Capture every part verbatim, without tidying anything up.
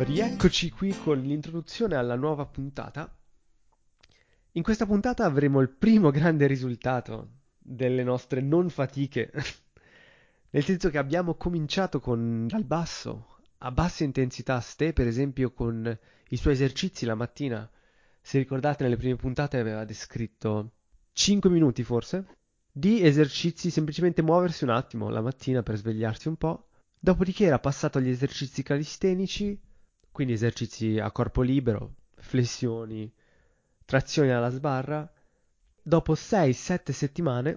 Rieccoci qui con l'introduzione alla nuova puntata. In questa puntata avremo il primo grande risultato delle nostre non fatiche, nel senso che abbiamo cominciato con dal basso, a bassa intensità. Ste, per esempio, con i suoi esercizi la mattina, se ricordate nelle prime puntate aveva descritto cinque minuti forse di esercizi, semplicemente muoversi un attimo la mattina per svegliarsi un po'. Dopodiché era passato agli esercizi calistenici, quindi esercizi a corpo libero, flessioni, trazioni alla sbarra. Dopo sei sette settimane,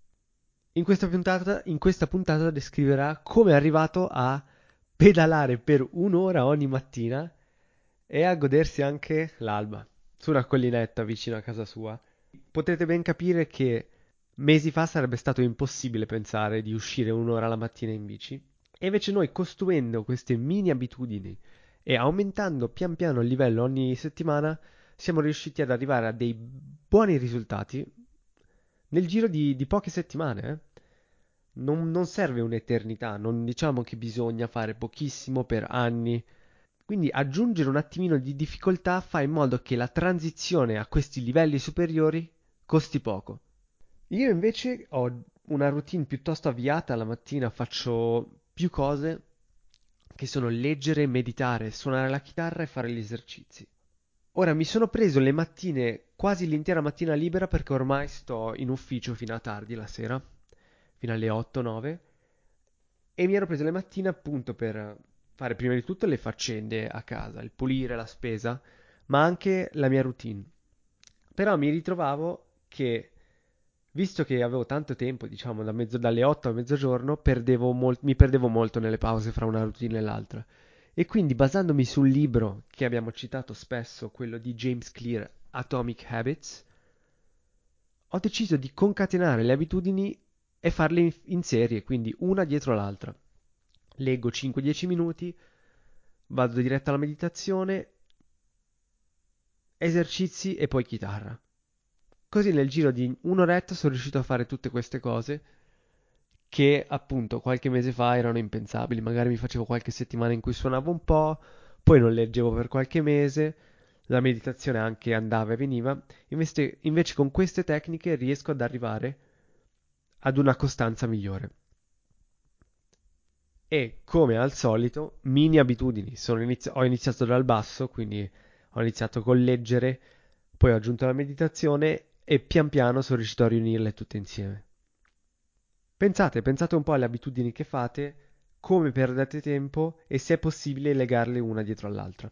in questa puntata, in questa puntata descriverà come è arrivato a pedalare per un'ora ogni mattina e a godersi anche l'alba su una collinetta vicino a casa sua. Potete ben capire che mesi fa sarebbe stato impossibile pensare di uscire un'ora la mattina in bici. E invece noi, costruendo queste mini abitudini e aumentando pian piano il livello ogni settimana, siamo riusciti ad arrivare a dei buoni risultati nel giro di, di poche settimane. eh. Non, non serve un'eternità, non diciamo che bisogna fare pochissimo per anni. Quindi aggiungere un attimino di difficoltà fa in modo che la transizione a questi livelli superiori costi poco. Io invece ho una routine piuttosto avviata, la mattina faccio più cose che sono leggere, meditare, suonare la chitarra e fare gli esercizi. Ora mi sono preso le mattine, quasi l'intera mattina libera, perché ormai sto in ufficio fino a tardi la sera, fino alle otto nove, e mi ero preso le mattine appunto per fare prima di tutto le faccende a casa, il pulire, la spesa, ma anche la mia routine. Però mi ritrovavo che, visto che avevo tanto tempo, diciamo da mezzo- dalle otto a mezzogiorno, perdevo mol- mi perdevo molto nelle pause fra una routine e l'altra. E quindi, basandomi sul libro che abbiamo citato spesso, quello di James Clear, Atomic Habits, ho deciso di concatenare le abitudini e farle in, in serie, quindi una dietro l'altra. Leggo cinque dieci minuti, vado diretta alla meditazione, esercizi e poi chitarra. Così nel giro di un'oretta sono riuscito a fare tutte queste cose che appunto qualche mese fa erano impensabili. Magari mi facevo qualche settimana in cui suonavo un po', poi non leggevo per qualche mese, la meditazione anche andava e veniva. Invece, invece con queste tecniche riesco ad arrivare ad una costanza migliore. E come al solito, mini abitudini. Sono inizi- ho iniziato dal basso, quindi ho iniziato col leggere, poi ho aggiunto la meditazione e pian piano sono riuscito a riunirle tutte insieme. Pensate, pensate un po' alle abitudini che fate, come perdete tempo e se è possibile legarle una dietro all'altra.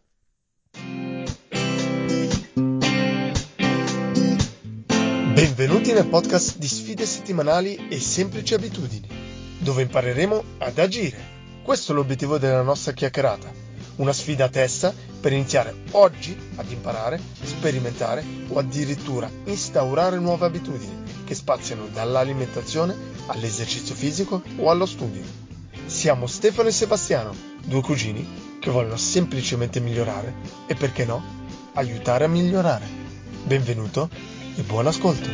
Benvenuti nel podcast di sfide settimanali e semplici abitudini, dove impareremo ad agire. Questo è l'obiettivo della nostra chiacchierata, una sfida a testa per iniziare oggi ad imparare, sperimentare o addirittura instaurare nuove abitudini che spaziano dall'alimentazione all'esercizio fisico o allo studio. Siamo Stefano e Sebastiano, due cugini che vogliono semplicemente migliorare e, perché no, aiutare a migliorare. Benvenuto e buon ascolto.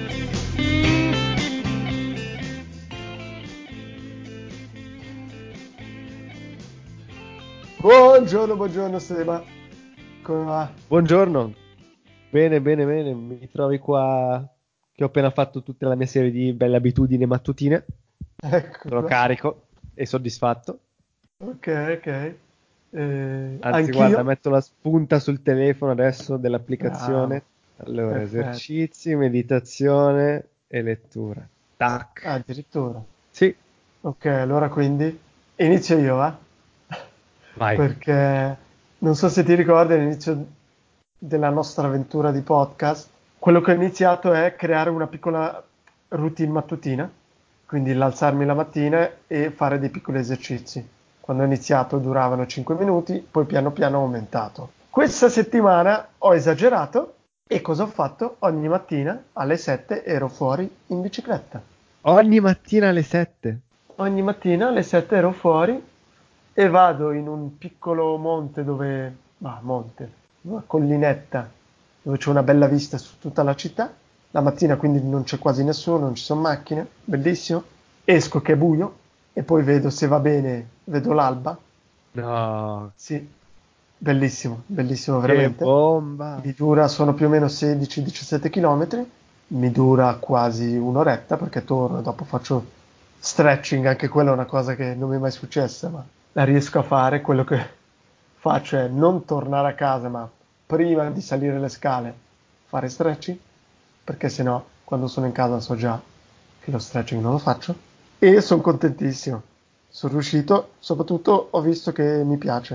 Buongiorno, buongiorno Seba, come va? Buongiorno, bene, bene, bene, mi trovi qua che ho appena fatto tutta la mia serie di belle abitudini mattutine, Ecco sono qua. carico e soddisfatto. Ok, ok. Eh, Anzi, guarda, anch'io? metto la spunta sul telefono adesso Bravo, dell'applicazione. Allora, perfetto. esercizi, meditazione e lettura. Ah, Tac. addirittura. Sì, Ok, allora quindi inizio io, va? vai. Perché non so se ti ricordi all'inizio della nostra avventura di podcast, quello che ho iniziato è creare una piccola routine mattutina, quindi l'alzarmi la mattina e fare dei piccoli esercizi. Quando ho iniziato duravano cinque minuti, poi piano piano ho aumentato. Questa settimana ho esagerato e cosa ho fatto? Ogni mattina alle sette ero fuori in bicicletta. Ogni mattina alle sette. Ogni mattina alle sette ero fuori e vado in un piccolo monte dove, bah, monte, una collinetta dove c'è una bella vista su tutta la città. La mattina quindi non c'è quasi nessuno, non ci sono macchine, bellissimo. Esco che è buio e poi vedo se va bene, vedo l'alba. No, Sì, bellissimo, bellissimo Che veramente. bomba! Mi dura, sono più o meno sedici diciassette km, mi dura quasi un'oretta perché torno e dopo faccio stretching, anche quella è una cosa che non mi è mai successa, ma la riesco a fare. Quello che faccio è non tornare a casa, ma prima di salire le scale fare stretching, perché sennò quando sono in casa so già che lo stretching non lo faccio. E sono contentissimo. Sono riuscito, soprattutto ho visto che mi piace.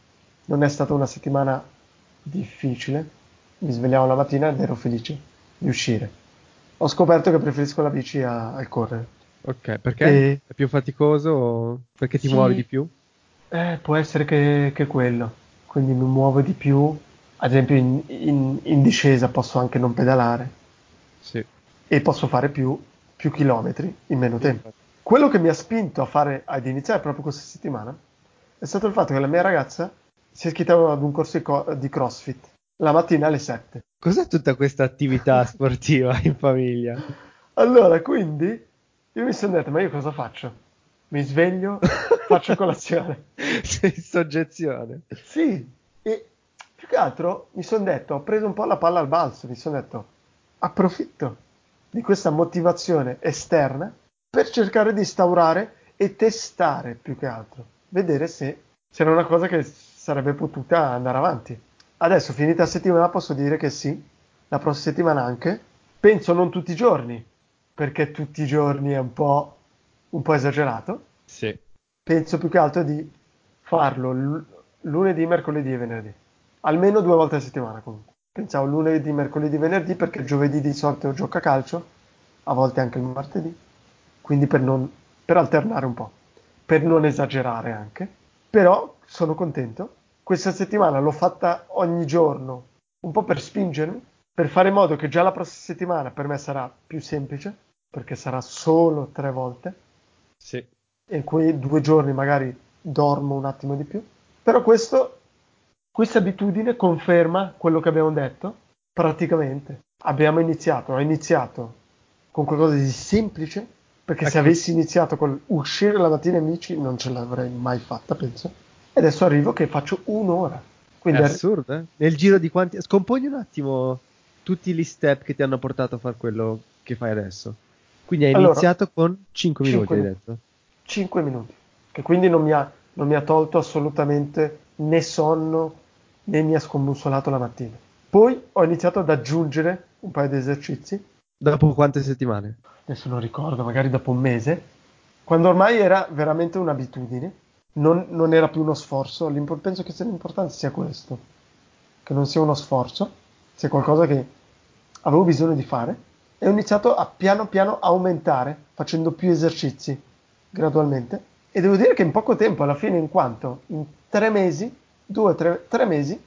Non è stata una settimana difficile. Mi svegliavo la mattina ed ero felice di uscire. Ho scoperto che preferisco la bici a- al correre. Ok, perché? E È più faticoso o perché ti muovi sì, di più? eh, può essere che, che quello. Quindi mi muovo di più. Ad esempio in, in- in discesa posso anche non pedalare Sì, e posso fare più, più chilometri in meno tempo. infatti. Quello che mi ha spinto a fare, ad iniziare proprio questa settimana è stato il fatto che la mia ragazza si è iscritta ad un corso di, co- di CrossFit la mattina alle sette. Cos'è tutta questa attività sportiva in famiglia? Allora, quindi io mi sono detto, ma io cosa faccio? Mi sveglio, faccio colazione. Sei in soggezione. Sì, e più che altro mi sono detto, ho preso un po' la palla al balzo, mi sono detto, approfitto di questa motivazione esterna per cercare di instaurare e testare più che altro, vedere se c'era una cosa che sarebbe potuta andare avanti. Adesso, finita la settimana, posso dire che sì, la prossima settimana anche. Penso non tutti i giorni, perché tutti i giorni è un po', un po' esagerato. Sì. Penso più che altro di farlo l- lunedì, mercoledì e venerdì. Almeno due volte a settimana comunque. Pensavo lunedì, mercoledì, venerdì perché il giovedì di solito gioca a calcio, a volte anche il martedì, quindi per, non, per alternare un po', per non esagerare anche. Però sono contento. Questa settimana l'ho fatta ogni giorno, un po' per spingermi, per fare in modo che già la prossima settimana per me sarà più semplice, perché sarà solo tre volte Sì. e quei due giorni magari dormo un attimo di più. Però questo, questa abitudine conferma quello che abbiamo detto, praticamente. Abbiamo iniziato, ho iniziato con qualcosa di semplice, perché se Ecco, avessi iniziato con uscire la mattina in bici non ce l'avrei mai fatta, penso. E adesso arrivo che faccio un'ora. è Quindi arri- assurdo, eh? Nel giro sì. di quanti... Scomponi un attimo tutti gli step che ti hanno portato a fare quello che fai adesso. Quindi hai Allora, iniziato con cinque minuti, hai cinque detto? minuti, che quindi non mi ha, non mi ha tolto assolutamente né sonno né mi ha scombussolato la mattina. Poi ho iniziato ad aggiungere un paio di esercizi, Dopo quante settimane? adesso non ricordo, magari dopo un mese, quando ormai era veramente un'abitudine, non, non era più uno sforzo. L'impo- penso che sia l'importante sia questo, che non sia uno sforzo, sia qualcosa che avevo bisogno di fare e ho iniziato a piano piano aumentare, facendo più esercizi gradualmente. E devo dire che in poco tempo, alla fine, in quanto in tre mesi, due, tre, tre mesi,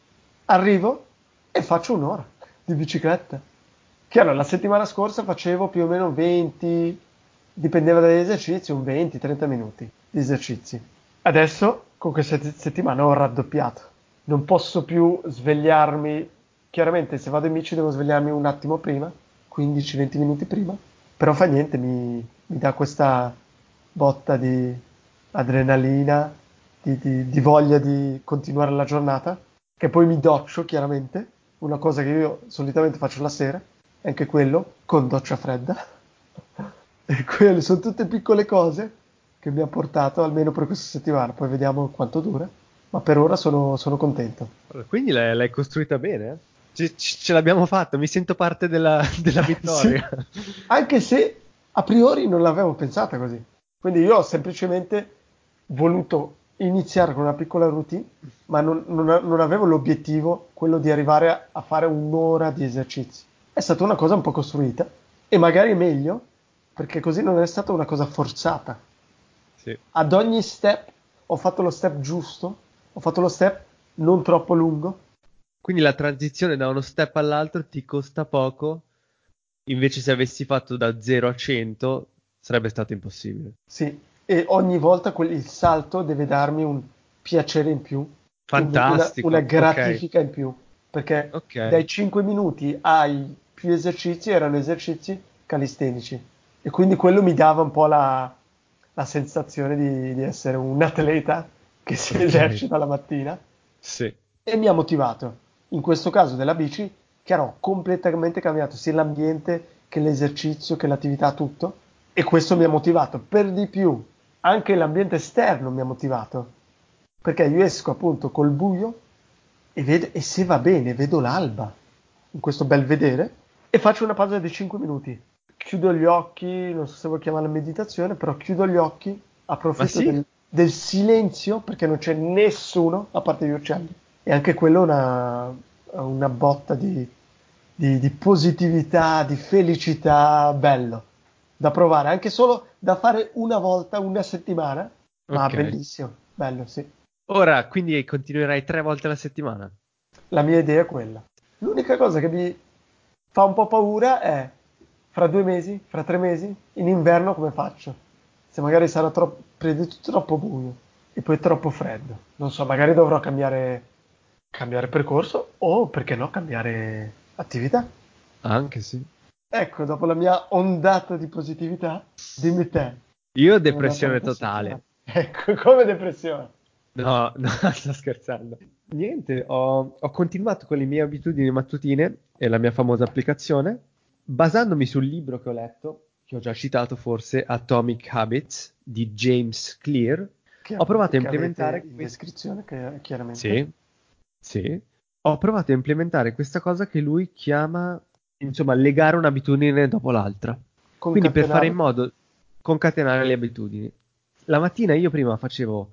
arrivo e faccio un'ora di bicicletta. Chiaro, la settimana scorsa facevo più o meno venti, dipendeva dagli esercizi, un venti trenta minuti di esercizi. Adesso, con questa settimana, ho raddoppiato. Non posso più svegliarmi. Chiaramente, se vado in bici devo svegliarmi un attimo prima, quindici venti minuti prima, però fa niente, mi, mi dà questa botta di adrenalina, di, di- di voglia di continuare la giornata, che poi mi doccio, chiaramente, una cosa che io solitamente faccio la sera, e anche quello con doccia fredda. E quelle sono tutte piccole cose che mi ha portato almeno per questa settimana, poi vediamo quanto dura, ma per ora sono, sono contento. Allora, quindi l'hai, l'hai costruita bene, eh? Ce, ce- ce l'abbiamo fatta, mi sento parte della, della Sì, vittoria. anche se a priori non l'avevo pensata così. Quindi io ho semplicemente voluto iniziare con una piccola routine, ma non, non a- non avevo l'obiettivo, quello di arrivare a, a fare un'ora di esercizi. È stata una cosa un po' costruita e magari è meglio, perché così non è stata una cosa forzata. Sì. Ad ogni step ho fatto lo step giusto, ho fatto lo step non troppo lungo. Quindi la transizione da uno step all'altro ti costa poco, invece se avessi fatto da zero a cento sarebbe stato impossibile. Sì, e ogni volta quel- il salto deve darmi un piacere in più, quindi una, una Fantastico, ok, gratifica in più, perché ok. dai cinque minuti ai più esercizi erano esercizi calistenici e quindi quello mi dava un po' la, la sensazione di, di essere un atleta che si Ok. esercita la mattina Sì. E mi ha motivato. In questo caso della bici, che ho completamente cambiato sia l'ambiente che l'esercizio, che l'attività, tutto. E questo mi ha motivato. Per di più, anche l'ambiente esterno mi ha motivato. Perché io esco appunto col buio e, vedo, e se va bene, vedo l'alba in questo bel vedere e faccio una pausa di cinque minuti. Chiudo gli occhi, non so se vuoi chiamarla meditazione, però chiudo gli occhi, Ma approfitto sì? del, del silenzio perché non c'è nessuno a parte gli uccelli. E anche quello è una, una botta di, di, di positività, di felicità, bello da provare, anche solo da fare una volta, una settimana, ma Ok. bellissimo, bello, sì. Ora, quindi continuerai tre volte alla settimana? La mia idea è quella. L'unica cosa che mi fa un po' paura è fra due mesi, fra tre mesi, in inverno come faccio? Se magari sarà troppo, prima di tutto troppo buio e poi troppo freddo. Non so, magari dovrò cambiare, cambiare percorso o perché no, cambiare attività. Anche sì. Ecco, dopo la mia ondata di positività, dimmi te, Io ho come è andata la depressione tua settimana? totale. Ecco, come depressione. No, no, sto scherzando. Niente, ho, ho continuato con le mie abitudini mattutine e la mia famosa applicazione, basandomi sul libro che ho letto, che ho già citato forse, Atomic Habits di James Clear. Che, Ho provato a che avete implementare in questo. descrizione, che- chiaramente. Sì, sì. Ho provato a implementare questa cosa che lui chiama, insomma, legare un'abitudine dopo l'altra. Quindi per fare in Concatenare. modo concatenare le abitudini. La mattina io prima facevo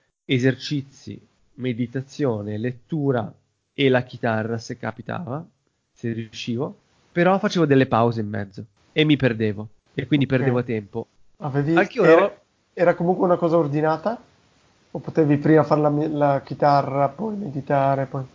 esercizi, meditazione, lettura e la chitarra se capitava, se riuscivo, però facevo delle pause in mezzo e mi perdevo e quindi Ok. perdevo tempo. Al Avevi, che ora era, ho- era comunque una cosa ordinata? O potevi prima fare la, mi- la chitarra, poi meditare, poi...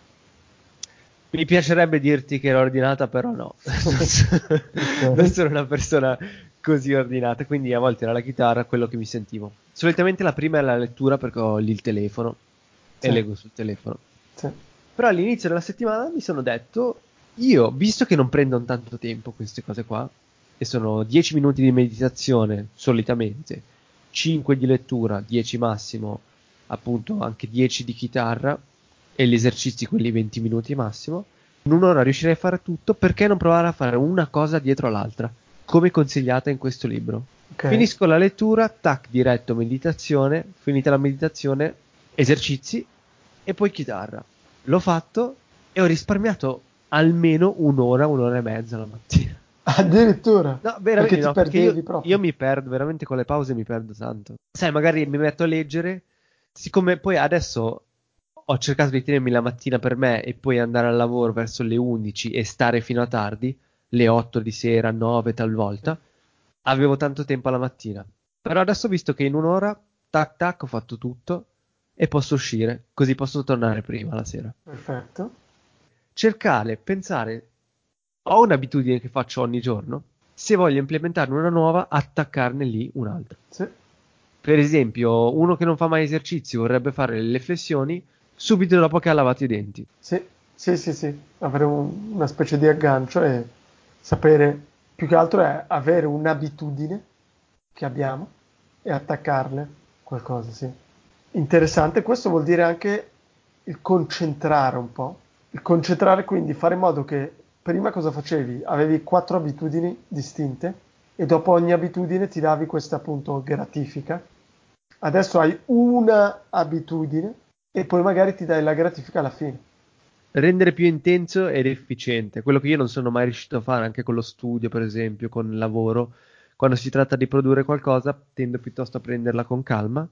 Mi piacerebbe dirti che era ordinata, però no. Non so- Ok. non sono una persona così ordinata, quindi a volte era la chitarra quello che mi sentivo. Solitamente la prima è la lettura perché ho lì il telefono e Sì, leggo sul telefono. sì, Però all'inizio della settimana mi sono detto, io, visto che non prendo tanto tempo queste cose qua, e sono dieci minuti di meditazione solitamente, cinque di lettura, dieci massimo, appunto anche dieci di chitarra, e gli esercizi quelli venti minuti massimo, in un'ora riuscirei a fare tutto, perché non provare a fare una cosa dietro l'altra, come consigliata in questo libro? ok. Finisco la lettura, tac, diretto meditazione, finita la meditazione, esercizi e poi chitarra. L'ho fatto e ho risparmiato almeno un'ora, un'ora e mezza la mattina. Addirittura, No, perché veramente ti no, perché io, perdevi io proprio. mi perdo, veramente con le pause mi perdo tanto. Sai, magari mi metto a leggere, siccome poi adesso ho cercato di tenermi la mattina per me e poi andare al lavoro verso le undici e stare fino a tardi, le otto di sera, nove talvolta, avevo tanto tempo alla mattina. Però adesso ho visto che in un'ora, tac tac, ho fatto tutto e posso uscire, così posso tornare prima la sera. Perfetto. Cercare, pensare, ho un'abitudine che faccio ogni giorno, se voglio implementarne una nuova, attaccarne lì un'altra. Sì, Per esempio, uno che non fa mai esercizi vorrebbe fare le flessioni subito dopo che ha lavato i denti. sì, sì, sì, sì. Avere un- una specie di aggancio e sapere, più che altro è avere un'abitudine che abbiamo e attaccarle qualcosa, sì. Interessante, questo vuol dire anche il concentrare un po'. Il concentrare quindi fare in modo che prima cosa facevi? Avevi quattro abitudini distinte e dopo ogni abitudine ti davi questa appunto gratifica. Adesso hai una abitudine e poi magari ti dai la gratifica alla fine. Rendere più intenso ed efficiente, quello che io non sono mai riuscito a fare anche con lo studio, per esempio, con il lavoro. Quando si tratta di produrre qualcosa, tendo piuttosto a prenderla con calma.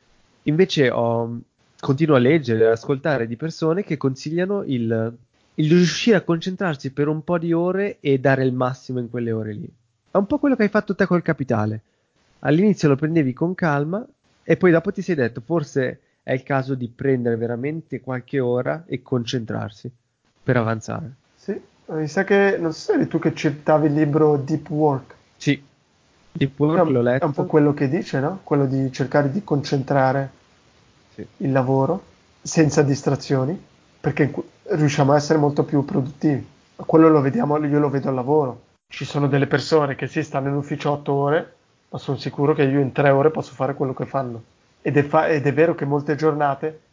Invece ho, continuo a leggere e ascoltare di persone che consigliano il, il riuscire a concentrarsi per un po' di ore e dare il massimo in quelle ore lì. È un po' quello che hai fatto te col capitale. All'inizio lo prendevi con calma e poi dopo ti sei detto forse è il caso di prendere veramente qualche ora e concentrarsi per avanzare. Sì, mi sa che non so se eri tu che citavi il libro Deep Work. Sì, Deep È Work un, l'ho è un po' letto. quello che dice, no? Quello di cercare di concentrare Sì. il lavoro senza distrazioni, perché cu- riusciamo a essere molto più produttivi. Quello lo vediamo, io lo vedo al lavoro. Ci sono delle persone che si stanno in ufficio otto ore, ma sono sicuro che io in tre ore posso fare quello che fanno. Ed è, fa- ed è vero che molte giornate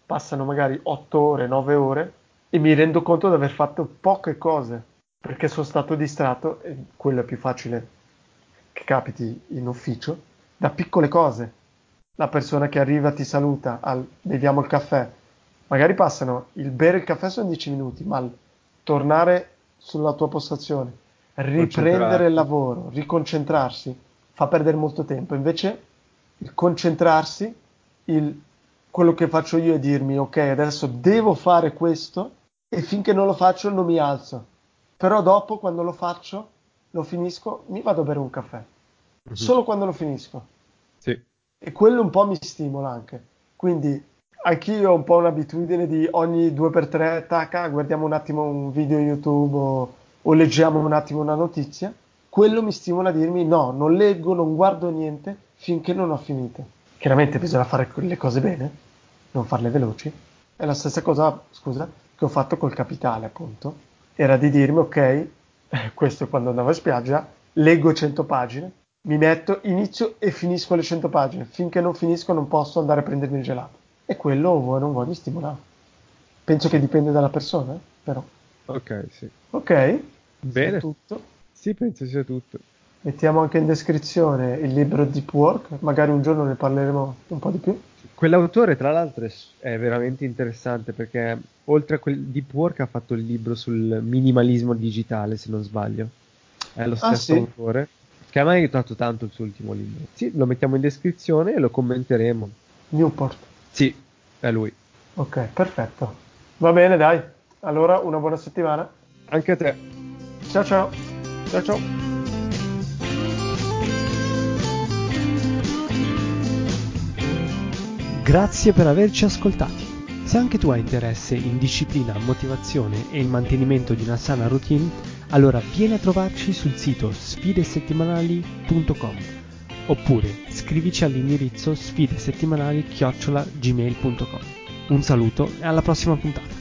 passano magari otto ore, nove ore e mi rendo conto di aver fatto poche cose perché sono stato distratto, e quello è più facile che capiti in ufficio, da piccole cose. La persona che arriva ti saluta, al, beviamo il caffè, magari passano, il bere il caffè sono dieci minuti, ma il tornare sulla tua postazione, riprendere il Concentrarti. lavoro, riconcentrarsi, fa perdere molto tempo. Invece il concentrarsi, il, quello che faccio io è dirmi, ok, adesso devo fare questo e finché non lo faccio non mi alzo. Però dopo, quando lo faccio, lo finisco, mi vado a bere un caffè. Mhm. Solo quando lo finisco. Sì. E quello un po' mi stimola anche. Quindi anch'io ho un po' un'abitudine di ogni due per tre, taca, guardiamo un attimo un video YouTube o, o leggiamo un attimo una notizia. Quello mi stimola a dirmi no, non leggo, non guardo niente finché non ho finito. Chiaramente bisogna fare le cose bene, non farle veloci. È la stessa cosa, scusa, che ho fatto col capitale, appunto. Era di dirmi, ok, questo è quando andavo in spiaggia, leggo cento pagine, mi metto, inizio e finisco le cento pagine. Finché non finisco non posso andare a prendermi il gelato. E quello vuoi o non vuoi mi stimola. Penso che Sì. dipende dalla persona, eh, però. Ok, sì. Ok, se è Bene. tutto. Sì, penso sia tutto. Mettiamo anche in descrizione il libro Deep Work, magari un giorno ne parleremo un po' di più. Quell'autore, tra l'altro, è, s- è veramente interessante perché oltre a quel Deep Work ha fatto il libro sul minimalismo digitale, se non sbaglio. È lo Ah stesso sì, autore che a me ha aiutato tanto il suo ultimo libro. Sì, lo mettiamo in descrizione e lo commenteremo. Newport. Sì, è lui. Ok, perfetto. Va bene, dai. Allora, una buona settimana. Anche a te. Ciao ciao. Ciao ciao. Grazie per averci ascoltati. Se anche tu hai interesse in disciplina, motivazione e il mantenimento di una sana routine, allora vieni a trovarci sul sito sfide settimanali punto com oppure scrivici all'indirizzo sfidesettimanali chiocciola gmail punto com. Un saluto e alla prossima puntata.